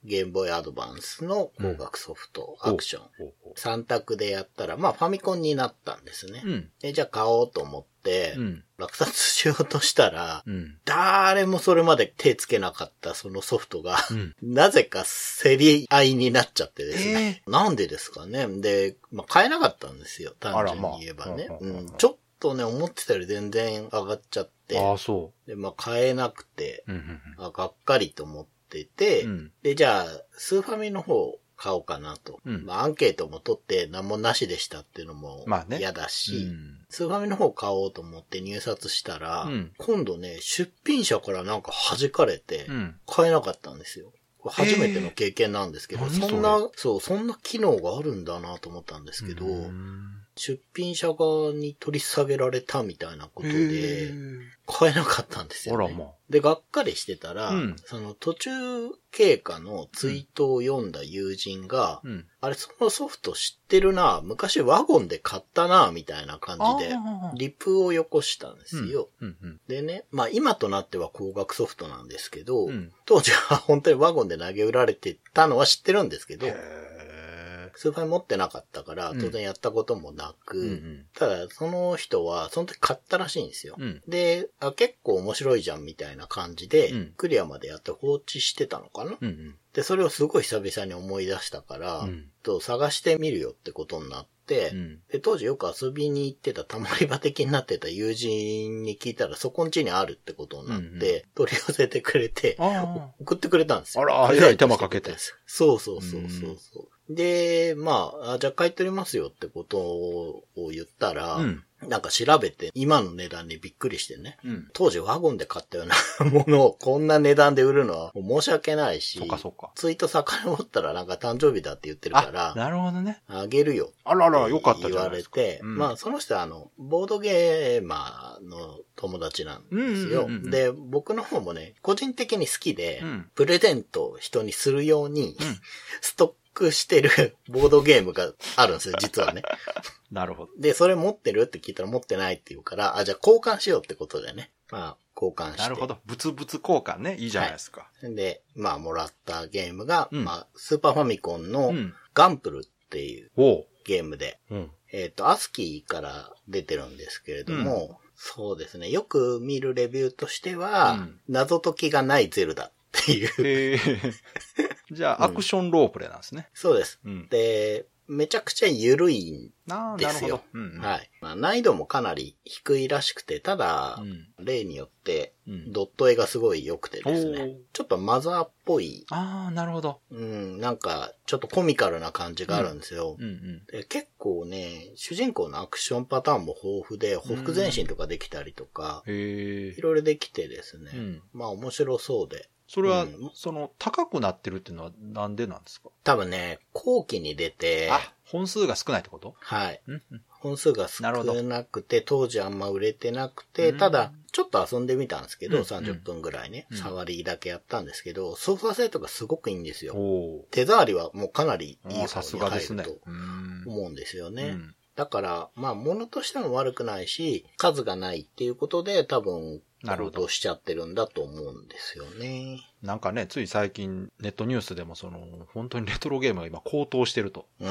ゲームボーイアドバンスの光学ソフト、うん、アクション。さん択でやったら、まあファミコンになったんですね。うん、でじゃあ買おうと思って、うん、落札しようとしたら、うん、誰もそれまで手つけなかったそのソフトが、うん、なぜか競り合いになっちゃってですね。えー、なんでですかね。で、まあ買えなかったんですよ。単純に言えばね。まあうん、ちょっとね、思ってたより全然上がっちゃって。 ああ、そう。 で、まあ買えなくて、うんうんうん、あがっかりと思ってて、うん、で、じゃあ、スーファミの方、買おうかなと。うん、まあ、アンケートも取って何もなしでしたっていうのも嫌だし、まあねうん、スーファミの方買おうと思って入札したら、うん、今度ね、出品者からなんか弾かれて、買えなかったんですよ。初めての経験なんですけど、そんな、そう、そんな機能があるんだなと思ったんですけど、出品者側に取り下げられたみたいなことで、買えなかったんですよ、ね。あらまあ、で、がっかりしてたら、うん、その途中経過のツイートを読んだ友人が、うん、あれ、そのソフト知ってるな、昔ワゴンで買ったな、みたいな感じで、リプをよこしたんですよ。うんうんうん、でね、まあ今となっては光学ソフトなんですけど、うん、当時は本当にワゴンで投げ売られてたのは知ってるんですけど、スーファミ持ってなかったから、当然やったこともなく、うんうん、ただその人はその時買ったらしいんですよ。うん、であ、結構面白いじゃんみたいな感じで、うん、クリアまでやって放置してたのかな、うんうん、で、それをすごい久々に思い出したから、うん、と探してみるよってことになって、うん、で、当時よく遊びに行ってたたまり場的になってた友人に聞いたらそこん家にあるってことになって、うんうん、取り寄せてくれて、送ってくれたんですよ。 あら、えらい手間かけて。 そうそうそうそうそう。うんで、まあ、じゃあ買い取りますよってことを言ったら、うん、なんか調べて今の値段にびっくりしてね、うん、当時ワゴンで買ったようなものをこんな値段で売るのは申し訳ないし、 そうかそうかツイート遡ったらなんか誕生日だって言ってるから、 なるほどね。 あげるよ。 あらら、よかったじゃないですか。 言われて、うん、まあその人はあの、ボードゲーマーの友達なんですよ。うんうんうんうん、で、僕の方もね、個人的に好きで、うん、プレゼントを人にするように、うん、ストックしてるボードゲームがあるんですよ、実はね。 なるほど。 で、それ持ってるって聞いたら持ってないって言うから、あ、じゃあ交換しようってことでね。まあ、交換して。 なるほど。物々交換ね。いいじゃないですか。 はい、で、まあ、もらったゲームが、うん、まあ、スーパーファミコンのガンプルっていうゲームで、うん、えっと、アスキーから出てるんですけれども、うん、そうですね。よく見るレビューとしては、うん、謎解きがないゼルダっていう。 じゃあ、アクションロープレイなんですね。 うん、そうです。うん、で、めちゃくちゃ緩いんですよ。うんうん、はい。まあ、難易度もかなり低いらしくて、ただ、うん、例によって、ドット絵がすごい良くてですね、うん、ちょっとマザーっぽい。 ああ、なるほど。 うん、なんか、ちょっとコミカルな感じがあるんですよ。うんうんうん、で結構ね、主人公のアクションパターンも豊富で、ほふ前進とかできたりとか、うん、いろいろできてですね、うん、まあ面白そうで。 それは、うん、その、高くなってるっていうのはなんでなんですか？ 多分ね、後期に出て、 あ、本数が少ないってこと？ はい。うんうん、本数が少なくて、当時あんま売れてなくて、ただ、ちょっと遊んでみたんですけど、うん、さんじゅっぷんぐらいね、うん、触りだけやったんですけど、操作性とかすごくいいんですよ。手触りはもうかなりいい方に入ると思うんですよね。うん、だから、まあ、物としても悪くないし、数がないっていうことで、多分、高騰しちゃってるんだと思うんですよね。 なんかね、つい最近ネットニュースでもその、本当にレトロゲームが今高騰してると。うん。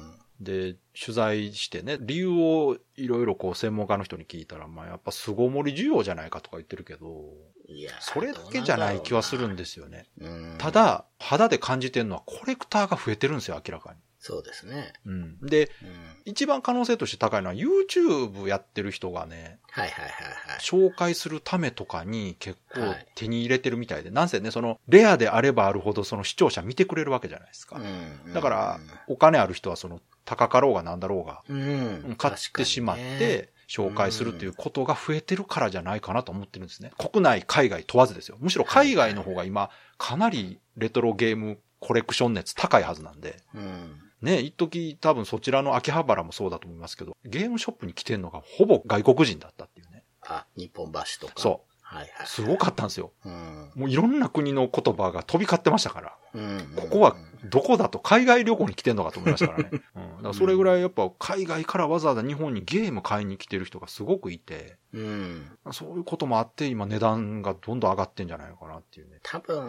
で、取材してね、理由をいろいろこう専門家の人に聞いたら、まあやっぱ巣ごもり需要じゃないかとか言ってるけど、いやそれだけじゃない気はするんですよね。うん、ただ、肌で感じてるのはコレクターが増えてるんですよ、明らかに。 そうですね。 うん。で、うん、一番可能性として高いのは YouTube やってる人がね、 はいはいはいはい。 紹介するためとかに結構手に入れてるみたいで、はい、なんせね、そのレアであればあるほどその視聴者見てくれるわけじゃないですか。うん、だから、お金ある人はその高かろうがなんだろうが、うん、買ってしまって、紹介するっていうことが増えてるからじゃないかなと思ってるんですね。国内、海外問わずですよ。むしろ海外の方が今、かなりレトロゲームコレクション熱高いはずなんで、うんね、一時多分そちらの秋葉原もそうだと思いますけど、ゲームショップに来てるのがほぼ外国人だったっていうね。 あ、日本橋とか。 そう。はいはい。すごかったんですよ。うん、もういろんな国の言葉が飛び交ってましたから。うん、ここはどこだと海外旅行に来てんのかと思いましたからね。うん、だからそれぐらいやっぱ海外からわざわざ日本にゲーム買いに来てる人がすごくいて、うん、そういうこともあって今値段がどんどん上がってんじゃないのかなっていうね。 多分、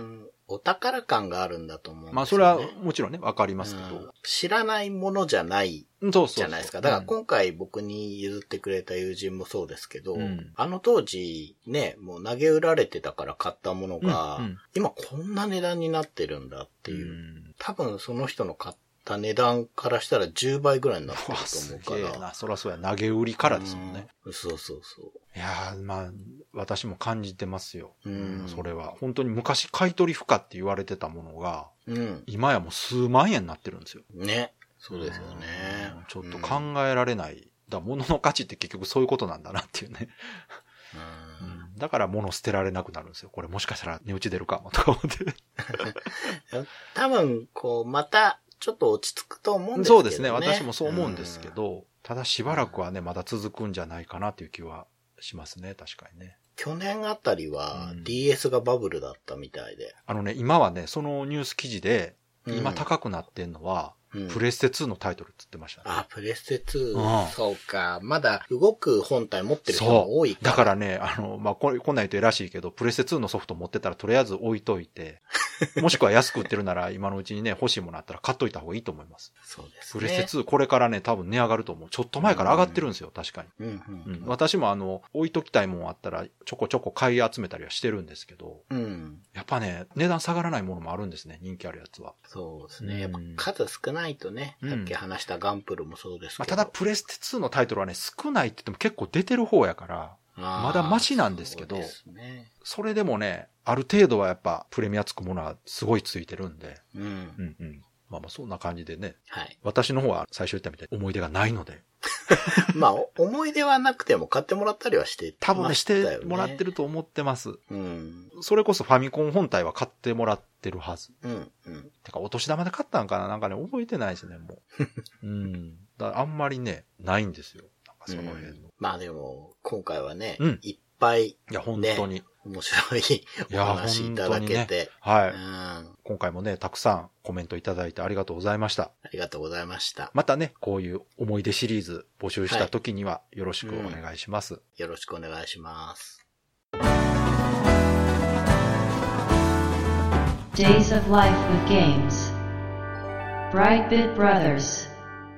お宝感があるんだと思うんですよね。 まあそれはもちろんね、わかりますけど、うん。 知らないものじゃないじゃないですか。だから今回僕に譲ってくれた友人もそうですけど、うん、あの当時ね、もう投げ売られてたから買ったものが、うんうん、今こんな値段になってるんだっていう。うん、多分その人の買った値段からしたらじゅうばいぐらいになってると思うから。 すげえな。そらそうや。投げ売りからですもんね。 うん、そうそうそう。 いやー、まあ、私も感じてますよ。うん、それは。本当に昔買い取り不可って言われてたものが、うん、今やもう数万円になってるんですよ。 ね。そうですよね。 ちょっと考えられない。だ物の価値って結局そういうことなんだなっていうね。うん、だから物捨てられなくなるんですよ。これもしかしたら値打ち出るかもとか思って。 多分、こう、また、ちょっと落ち着くと思うんですけどね。そうですね。 私もそう思うんですけど、うん、ただしばらくはね、まだ続くんじゃないかなという気はしますね。確かにね。 去年あたりは ディーエス がバブルだったみたいで。 うん、あのね、今はね、そのニュース記事で、今高くなってんのは、うん、プレステツーのタイトルって言ってましたね。 あ、プレステツー。うん、そうか。まだ動く本体持ってる人も多いから。 だからね、あの、まあ、こんなん言うと偉しいけど、プレステツーのソフト持ってたらとりあえず置いといて、もしくは安く売ってるなら今のうちにね、欲しいものあったら買っといた方がいいと思います。 そうですね。プレステツーこれからね、多分値上がると思う。ちょっと前から上がってるんですよ、確かに。うんうんうん、私もあの、置いときたいもんあったらちょこちょこ買い集めたりはしてるんですけど、うん、やっぱね、値段下がらないものもあるんですね、人気あるやつは。 そうですね。やっぱ数少ないとね、うん、さっき話したガンプルもそうですけど。まあ、 ただプレステツーのタイトルはね、少ないって言っても結構出てる方やから、まだマシなんですけど、 そ, ね、それでもね、ある程度はやっぱプレミアつくものはすごいついてるんで、うん、うんうん。まあまあそんな感じでね、はい、私の方は最初言ったみたいに思い出がないので。 まあ思い出はなくても買ってもらったりはしてましたよね。 多分ね、してもらってると思ってます。うん、それこそファミコン本体は買ってもらってるはず。うんうん。てかお年玉で買ったんかな、なんかね、覚えてないですね、もう。うん。だからあんまりね、ないんですよ。その辺の、うん、 まあでも、今回はね、うん、いっぱい、ね、 いや、本当に。 面白いお話いただけて、ね。 はい、うん。今回もね、たくさんコメントいただいてありがとうございました。 ありがとうございました。 またね、こういう思い出シリーズ募集した時にはよろしくお願いします。はい、 うん、よろしくお願いします。 Days of Life with Games Brightbit Brothers。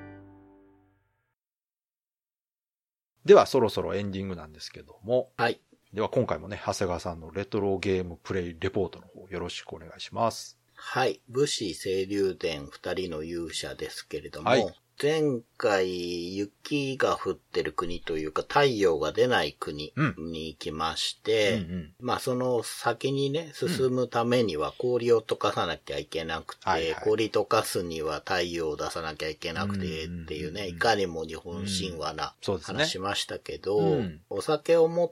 ではそろそろエンディングなんですけども。 はい。 では今回もね、長谷川さんのレトロゲームプレイレポートの方よろしくお願いします。 はい。武士清流伝二人の勇者ですけれども、はい、前回雪が降ってる国というか太陽が出ない国に行きまして、うんうんうん、まあその先にね、進むためには氷を溶かさなきゃいけなくて、うんはいはい、氷溶かすには太陽を出さなきゃいけなくてっていうね、うんうんうん、いかにも日本神話な話しましたけど、うんねうん、お酒を持って、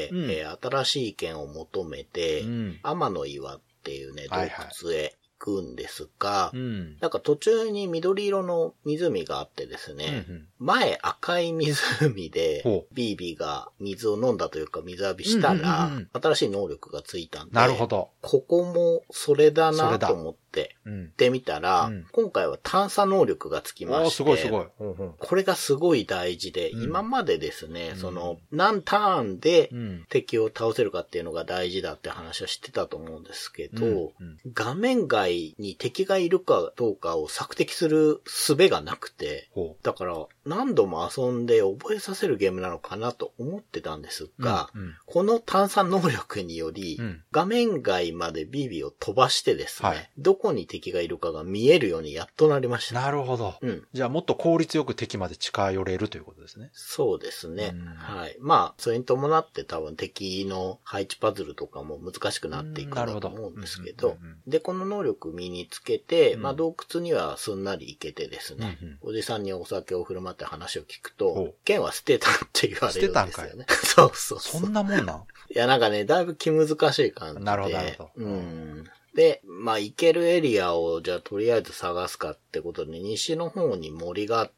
うんえー、新しい剣を求めて、うん、天の岩っていうね、洞窟へ、はいはいくんですが、うん、なんか途中に緑色の湖があってですね、うんうん、前赤い湖でビービーが水を飲んだというか水浴びしたら、うんうんうん、新しい能力がついたんで、 なるほど。 ここもそれだなと思って、行ってみたら、うん、今回は探査能力がつきまして、 すごいすごい、うんうん。 これがすごい大事で、うん、今までですね、その何ターンで敵を倒せるかっていうのが大事だって話は知ってたと思うんですけど、うんうん、画面外に敵がいるかどうかを索敵する術がなくて、だから何度も遊んで覚えさせるゲームなのかなと思ってたんですが、うんうん、この探査能力により、うん、画面外までビービーを飛ばしてですね、はい、どこに敵がいるかが見えるようにやっとなりました。 なるほど。うん、じゃあもっと効率よく敵まで近寄れるということですね。 そうですね。はい。まあ、それに伴って多分敵の配置パズルとかも難しくなっていくんだと思うんですけど、どで、この能力身につけて、うん、まあ洞窟にはすんなり行けてですね、うんうん、おじさんにお酒を振る舞って話を聞くと、剣は捨てたって言われるんですよね。そうそうそう。 そんなもんなん？ いや、なんかね、だいぶ気難しい感じで。 なるほど、なるほど。 うん。で、まあ行けるエリアをじゃあとりあえず探すかってことで、西の方に森があって、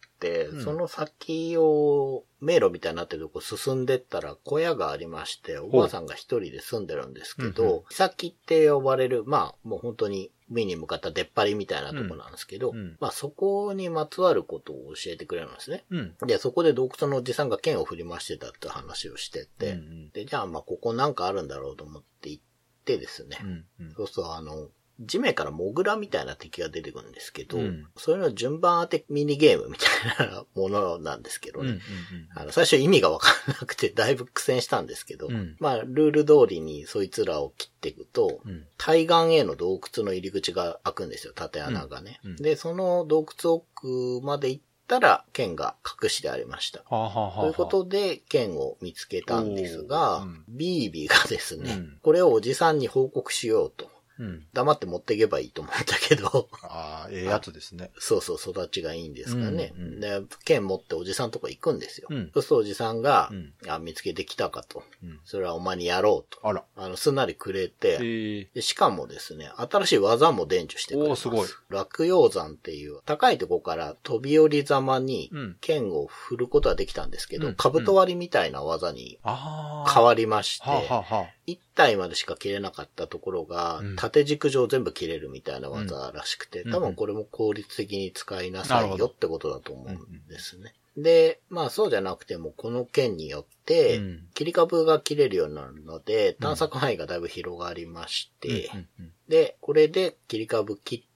うん、その先を迷路みたいになってるとこ進んでったら小屋がありまして、おばあさんが一人で住んでるんですけど、うんうん、岬って呼ばれる、まあもう本当に海に向かった出っ張りみたいなとこなんですけど、うんうん、まあそこにまつわることを教えてくれるんですね。うん、で、そこで洞窟のおじさんが剣を振り回してたって話をしてて、うんうん、で、じゃあまあここなんかあるんだろうと思って行って、 てですね。 うんうん、 そうそう、あの、地面からモグラみたいな敵が出てくるんですけど、うん、それの順番当てミニゲームみたいなものなんですけどね。うんうんうん、あの最初意味がわからなくてだいぶ苦戦したんですけど、うん、まあルール通りにそいつらを切っていくと、うん、対岸への洞窟の入り口が開くんですよ、縦穴がね。うんうん、で、その洞窟奥まで行ったら剣が隠してありました。はあはあはあ、ということで剣を見つけたんですが、うん、ビービーがですね、うん、これをおじさんに報告しようと。うん、黙って持っていけばいいと思ったけど。 ああ、ええやつですね。 そうそう、育ちがいいんですかね。うんうん、で、剣持っておじさんとこ行くんですよ。うん、そうするとおじさんが、うん、あ、見つけてきたかと、うん。それはお前にやろうと。あら。あの、すんなりくれて、で、しかもですね、新しい技も伝授してくれます。おー、すごい。落葉山っていう、高いところから飛び降りざまに、剣を振ることはできたんですけど、うん、兜割りみたいな技に変わりまして、うん、はあはあ、いち体までしか切れなかったところが、うん、縦軸上全部切れるみたいな技らしくて、うん、多分これも効率的に使いなさいよってことだと思うんですね。うん、で、まあそうじゃなくてもこの剣によって、切り株が切れるようになるので、探索範囲がだいぶ広がりまして、で、これで切り株切って、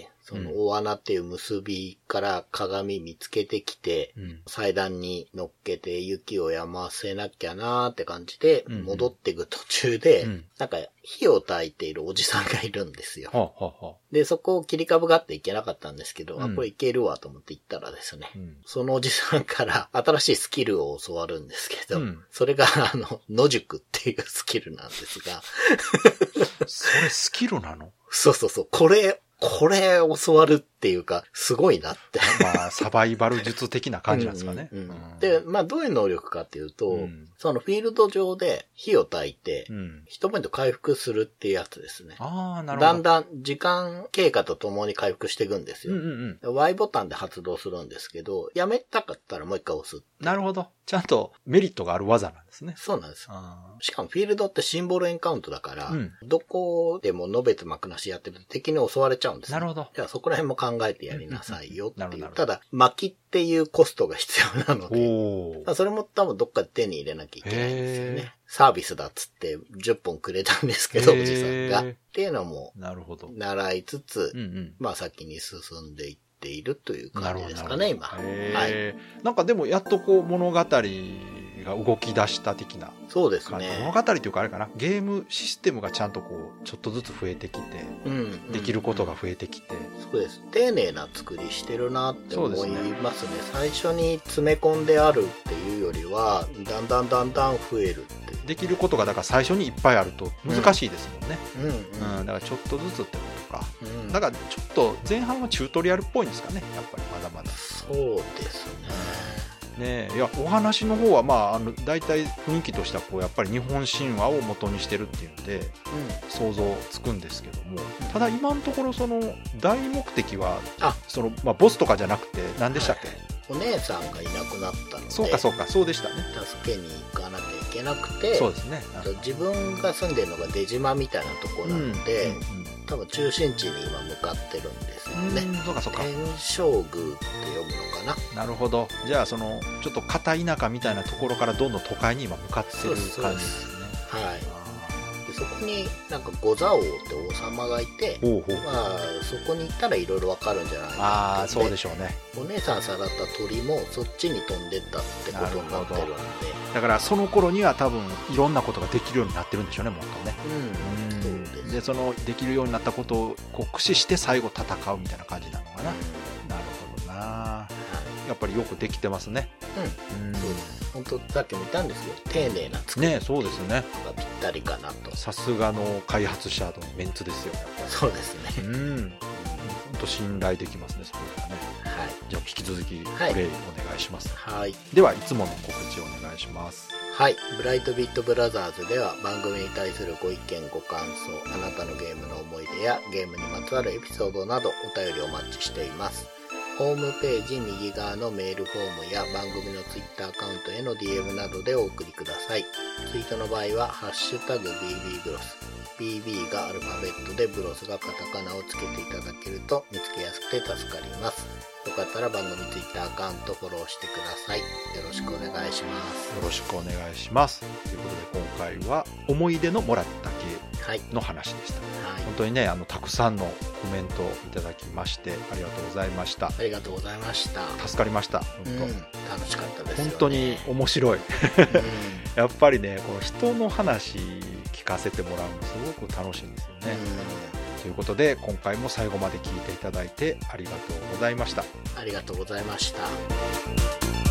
その大穴っていう結びから鏡見つけてきて、うん、祭壇に乗っけて雪を止ませなきゃなーって感じで、戻っていく途中で、うんうん、なんか火を焚いているおじさんがいるんですよ。はあはあ、で、そこを切り株があっていけなかったんですけど、うん、あ、これいけるわと思って行ったらですね、うん、そのおじさんから新しいスキルを教わるんですけど、うん、それがあの、野宿っていうスキルなんですが。 それスキルなの？ そうそうそう。これ、これ教わるっていうか、すごいなって。 まあ、サバイバル術的な感じなんですかね。 うんうんうん、で、まあ、どういう能力かっていうと、うん、そのフィールド上で火を焚いて、うん、一ポイント回復するっていうやつですね。ああ、なるほど。だんだん時間経過とともに回復していくんですよ、うんうんうん。ワイ ボタンで発動するんですけど、やめたかったらもう一回押す。 なるほど。ちゃんとメリットがある技なんですね。 そうなんです。しかもフィールドってシンボルエンカウントだから、うん、どこでものべつ幕なしやってると敵に襲われちゃうんです、ね。 なるほど。 じゃあそこら辺も考えてやりなさいよっていう。ただ、薪っていうコストが必要なので、それも多分どっかで手に入れなきゃいけないんですよね。サービスだっつってじゅっぽんくれたんですけど、おじさんが。っていうのも、なるほど。習いつつ、うんうん、まあ先に進んでいって、いるという感じですかね、今。はい。 なんかでもやっとこう物語が動き出した的な。 そうですね。 物語っていうかあれかな、ゲームシステムがちゃんとこうちょっとずつ増えてきて、うん、できることが増えてきて、 うん、そうです。丁寧な作りしてるなって思いますね。最初に詰め込んであるっていうよりは、だんだんだんだん増えるって。 できることがだから最初にいっぱいあると難しいですもんね。うんうんうん、だからちょっとずつってことか。うん、だからちょっと前半はチュートリアルっぽいんですかね。やっぱりまだまだ。 そうですね。ねえ、いやお話の方はまああの大体雰囲気としてはこうやっぱり日本神話を元にしてるっていうので、うん、想像つくんですけども、ただ今のところその大目的はそのまあボスとかじゃなくて何でしたっけ？はい、 お姉さんがいなくなったので、 そうかそうかそうでしたね。 助けに行かなきゃいけなくて、 そうですね。 自分が住んでるのが出島みたいなところなので、うんうんうん、多分中心地に今向かってるんですよね。 うん、そうかそうか。 天正宮って読むのかな。 なるほど。じゃあそのちょっと片田舎みたいなところからどんどん都会に今向かってる感じですね。 はい。そこになんか五座王って王様がいて、ほうほう、まあそこに行ったらいろいろわかるんじゃないかな。 ああ、そうでしょうね。 お姉さんさらった鳥もそっちに飛んでったってことになってるんで、 だからその頃には多分いろんなことができるようになってるんでしょうね、もっとね。うん。そうです。でそのできるようになったことをこう駆使して最後戦うみたいな感じなのかな。うん、なるほどな。やっぱりよくできてますね。 うん。うん、そうです。本当さっきも言ったんですよ。丁寧な作りね、そうですね。 がぴったりかなと。 さすがの開発者のメンツですよ。 そうですね。うん。 本当信頼できますね、そこはね。はい。じゃあ引き続きプレイお願いします。はい。ではいつもの告知をお願いします。 はい。ブライトビットブラザーズでは番組に対するご意見ご感想、あなたのゲームの思い出やゲームにまつわるエピソードなどお便りをお待ちしています。ホームページ右側のメールフォームや番組のツイッターアカウントへの ディーエム などでお送りください。ツイートの場合はハッシュタグ ビービー ブロス、ビービー がアルファベットでブロスがカタカナをつけていただけると見つけやすくて助かります。よかったら番組ツイッターアカウントフォローしてください。よろしくお願いします。 よろしくお願いします。ということで今回は思い出のもらったの話でした。 はい。 本当にね、あの、たくさんのコメントをいただきまして、ありがとうございました。 ありがとうございました。 助かりました。本当、 うん、楽しかったですよね。 本当に面白い。 うん、 やっぱりね、この人の話聞かせてもらうのすごく楽しいんですよね。 うん、 ということで、今回も最後まで聞いていただいてありがとうございました。 ありがとうございました。